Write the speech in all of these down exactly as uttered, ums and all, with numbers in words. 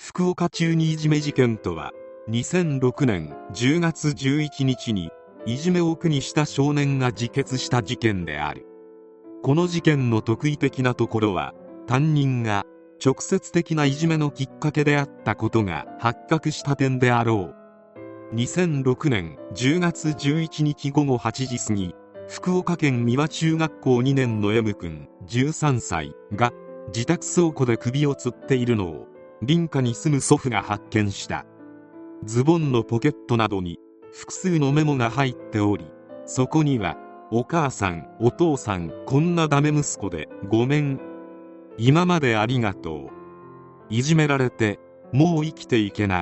福岡中二いじめ事件とは、にせんろくねんじゅうがつじゅういちにちにいじめを苦にした少年が自決した事件である。この事件の特異的なところは、担任が直接的ないじめのきっかけであったことが発覚した点であろう。にせんろくねんじゅうがつじゅういちにちごごはちじ過ぎ、福岡県三輪中学校にねんの M 君じゅうさんさいが自宅倉庫で首を吊っているのを隣家に住む祖父が発見した。ズボンのポケットなどに複数のメモが入っており、そこにはお母さん、お父さん、こんなダメ息子でごめん、今までありがとう、いじめられてもう生きていけない、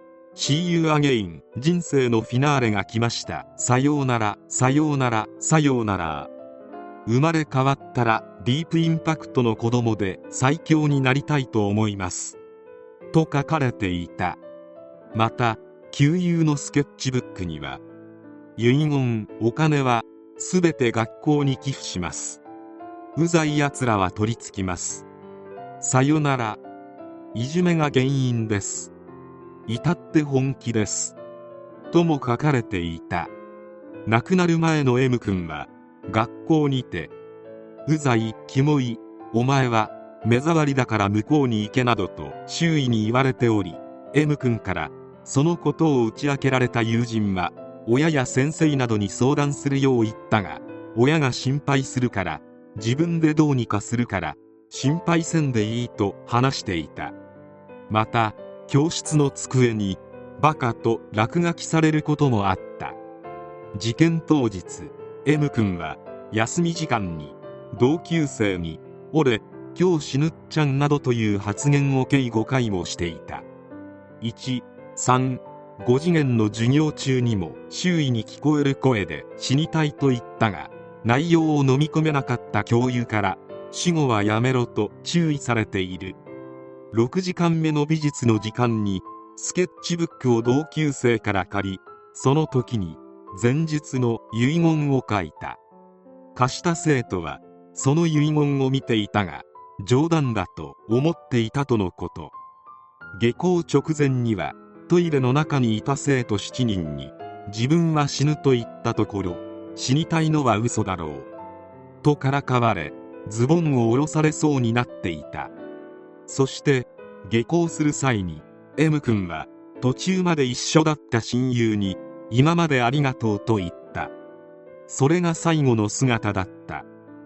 See you again、 人生のフィナーレが来ました、さようなら、さようなら、さようなら、生まれ変わったらディープインパクトの子供で最強になりたいと思いますと書かれていた。また旧友のスケッチブックには遺言、お金はすべて学校に寄付します、うざいやつらは取り付きます、さよなら、いじめが原因です、至って本気ですとも書かれていた。亡くなる前の M 君は学校にてうざい、キモい、お前は目障りだから向こうに行けなどと周囲に言われており、 M 君からそのことを打ち明けられた友人は親や先生などに相談するよう言ったが、親が心配するから自分でどうにかするから心配せんでいいと話していた。また教室の机にバカと落書きされることもあった。事件当日、 M 君は休み時間に同級生に俺今日死ぬっちゃんなどという発言を計ごかいもしていた。いち、さん、ご次元の授業中にも周囲に聞こえる声で死にたいと言ったが、内容を飲み込めなかった教諭から死後はやめろと注意されている。ろくじかんめの美術の時間にスケッチブックを同級生から借り、その時に前述の遺言を書いた。貸した生徒はその遺言を見ていたが冗談だと思っていたとのこと。下校直前にはトイレの中にいた生徒しちにんに自分は死ぬと言ったところ、死にたいのは嘘だろうとからかわれ、ズボンを下ろされそうになっていた。そして下校する際に M 君は途中まで一緒だった親友に今までありがとうと言った。それが最後の姿だった。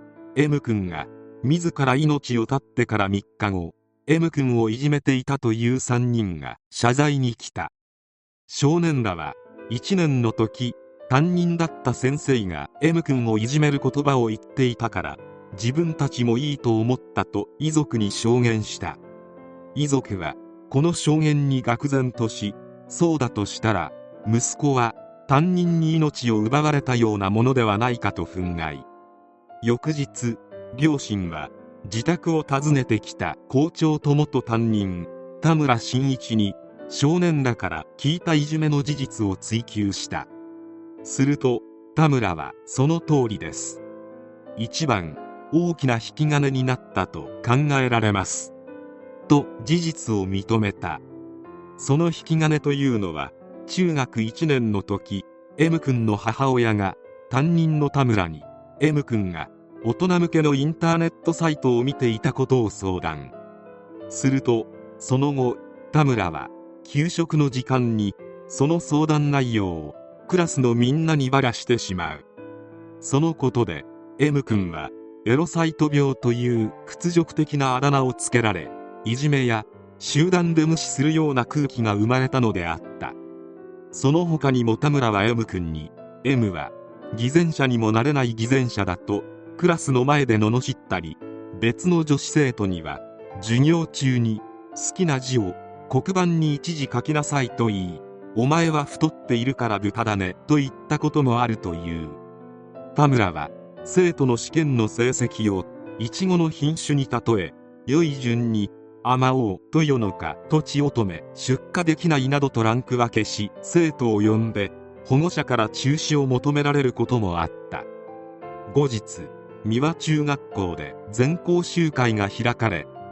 M 君が自ら命を絶ってからみっかご、 M 君をいじめていたというさんにんが謝罪に来た。少年らはいちねんの時、担任だった先生が M 君をいじめる言葉を言っていたから自分たちもいいと思ったと遺族に証言した。遺族はこの証言に愕然とし、そうだとしたら息子は担任に命を奪われたようなものではないかと憤慨。翌日、両親は自宅を訪ねてきた校長と元担任田村真一に少年らから聞いたいじめの事実を追及した。すると田村はその通りです、一番大きな引き金になったと考えられますと事実を認めた。その引き金というのは中学いちねんの時、 M 君の母親が担任の田村に M 君が大人向けのインターネットサイトを見ていたことを相談すると、その後田村は給食の時間にその相談内容をクラスのみんなにばらしてしまう。そのことで M 君はエロサイト病という屈辱的なあだ名をつけられ、いじめや集団で無視するような空気が生まれたのであった。その他にも田村は M 君に M は偽善者にもなれない偽善者だとクラスの前で罵ったり、別の女子生徒には授業中に好きな字を黒板に一字書きなさいと言い、お前は太っているから豚だねと言ったこともあるという。田村は生徒の試験の成績をイチゴの品種に例え、良い順にあまおう、豊の花、とちおとめ、出荷できないなどとランク分けし、生徒を呼んで保護者から中止を求められることもあった。後日、三輪中学校で全校集会が開かれ、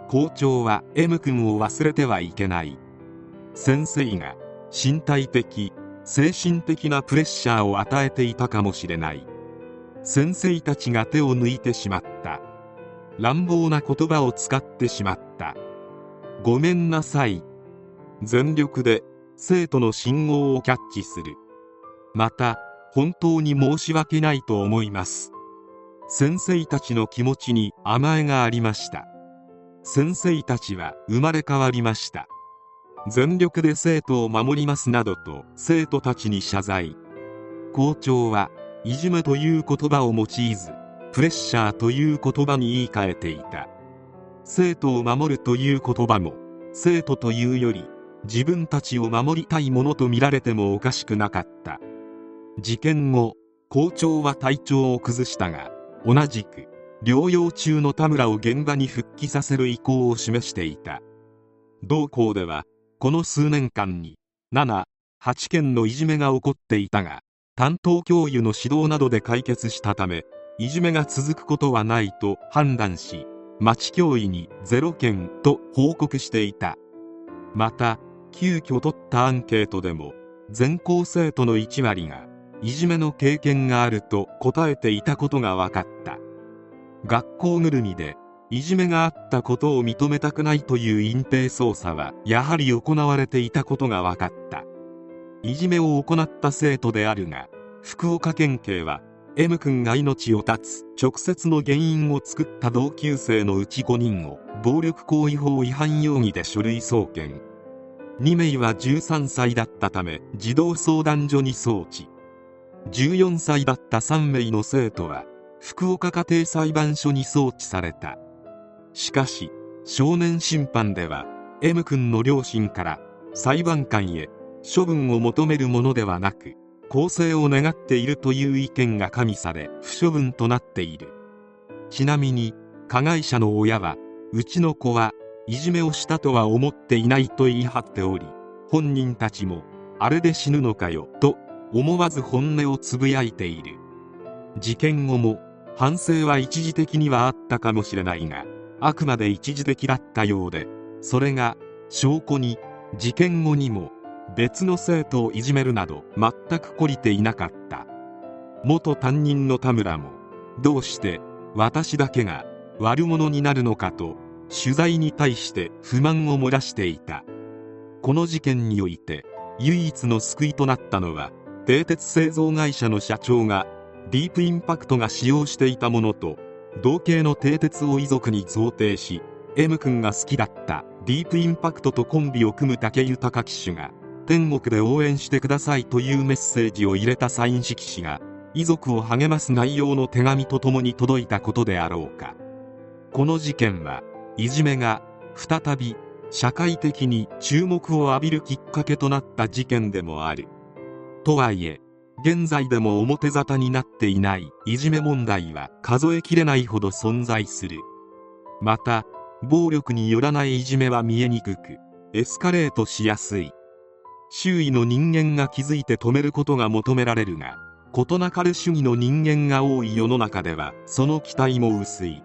校長は M 君を忘れてはいけない。先生が身体的精神的なプレッシャーを与えていたかもしれない。先生たちが手を抜いてしまった。乱暴な言葉を使ってしまった。ごめんなさい。全力で生徒の信号をキャッチする。また本当に申し訳ないと思います。先生たちの気持ちに甘えがありました。先生たちは生まれ変わりました。全力で生徒を守りますなどと生徒たちに謝罪。校長はいじめという言葉を用いず、プレッシャーという言葉に言い換えていた。生徒を守るという言葉も生徒というより自分たちを守りたいものと見られてもおかしくなかった。事件後、校長は体調を崩したが、同じく療養中の田村を現場に復帰させる意向を示していた。同校ではこの数年間になな、はちけんのいじめが起こっていたが、担当教諭の指導などで解決したため、いじめが続くことはないと判断し、町教委にゼロけんと報告していた。また急遽取ったアンケートでも全校生徒のいちわりがいじめの経験があると答えていたことが分かった。学校ぐるみでいじめがあったことを認めたくないという隠蔽捜査はやはり行われていたことが分かった。いじめを行った生徒であるが、福岡県警は M 君が命を絶つ直接の原因を作った同級生のうちごにんを暴力行為法違反容疑で書類送検。にめいはじゅうさんさいだったため児童相談所に送致。じゅうよんさいだったさんめいの生徒は福岡家庭裁判所に送致された。しかし少年審判では M 君の両親から裁判官へ処分を求めるものではなく更生を願っているという意見が加味され不処分となっている。ちなみに加害者の親は、うちの子はいじめをしたとは思っていないと言い張っており、本人たちもあれで死ぬのかよと思わず本音をつぶやいている。事件後も反省は一時的にはあったかもしれないが、あくまで一時的だったようで、それが証拠に事件後にも別の生徒をいじめるなど全く懲りていなかった。元担任の田村も、どうして私だけが悪者になるのかと取材に対して不満を漏らしていた。この事件において唯一の救いとなったのは、蹄鉄製造会社の社長がディープインパクトが使用していたものと同型の蹄鉄を遺族に贈呈し、 M 君が好きだったディープインパクトとコンビを組む武豊騎手が天国で応援してくださいというメッセージを入れたサイン色紙が遺族を励ます内容の手紙とともに届いたことであろうか。この事件はいじめが再び社会的に注目を浴びるきっかけとなった事件でもある。とはいえ現在でも表沙汰になっていないいじめ問題は数えきれないほど存在する。また暴力によらないいじめは見えにくくエスカレートしやすい。周囲の人間が気づいて止めることが求められるが、事なかれ主義の人間が多い世の中ではその期待も薄い。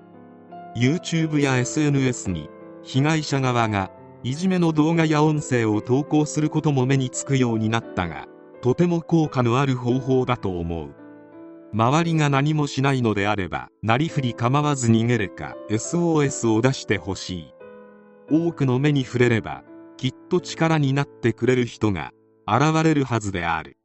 YouTube や エスエヌエス に被害者側がいじめの動画や音声を投稿することも目につくようになったが、とても効果のある方法だと思う。周りが何もしないのであればなりふり構わず逃げるか エスオーエス を出してほしい。多くの目に触れればきっと力になってくれる人が現れるはずである。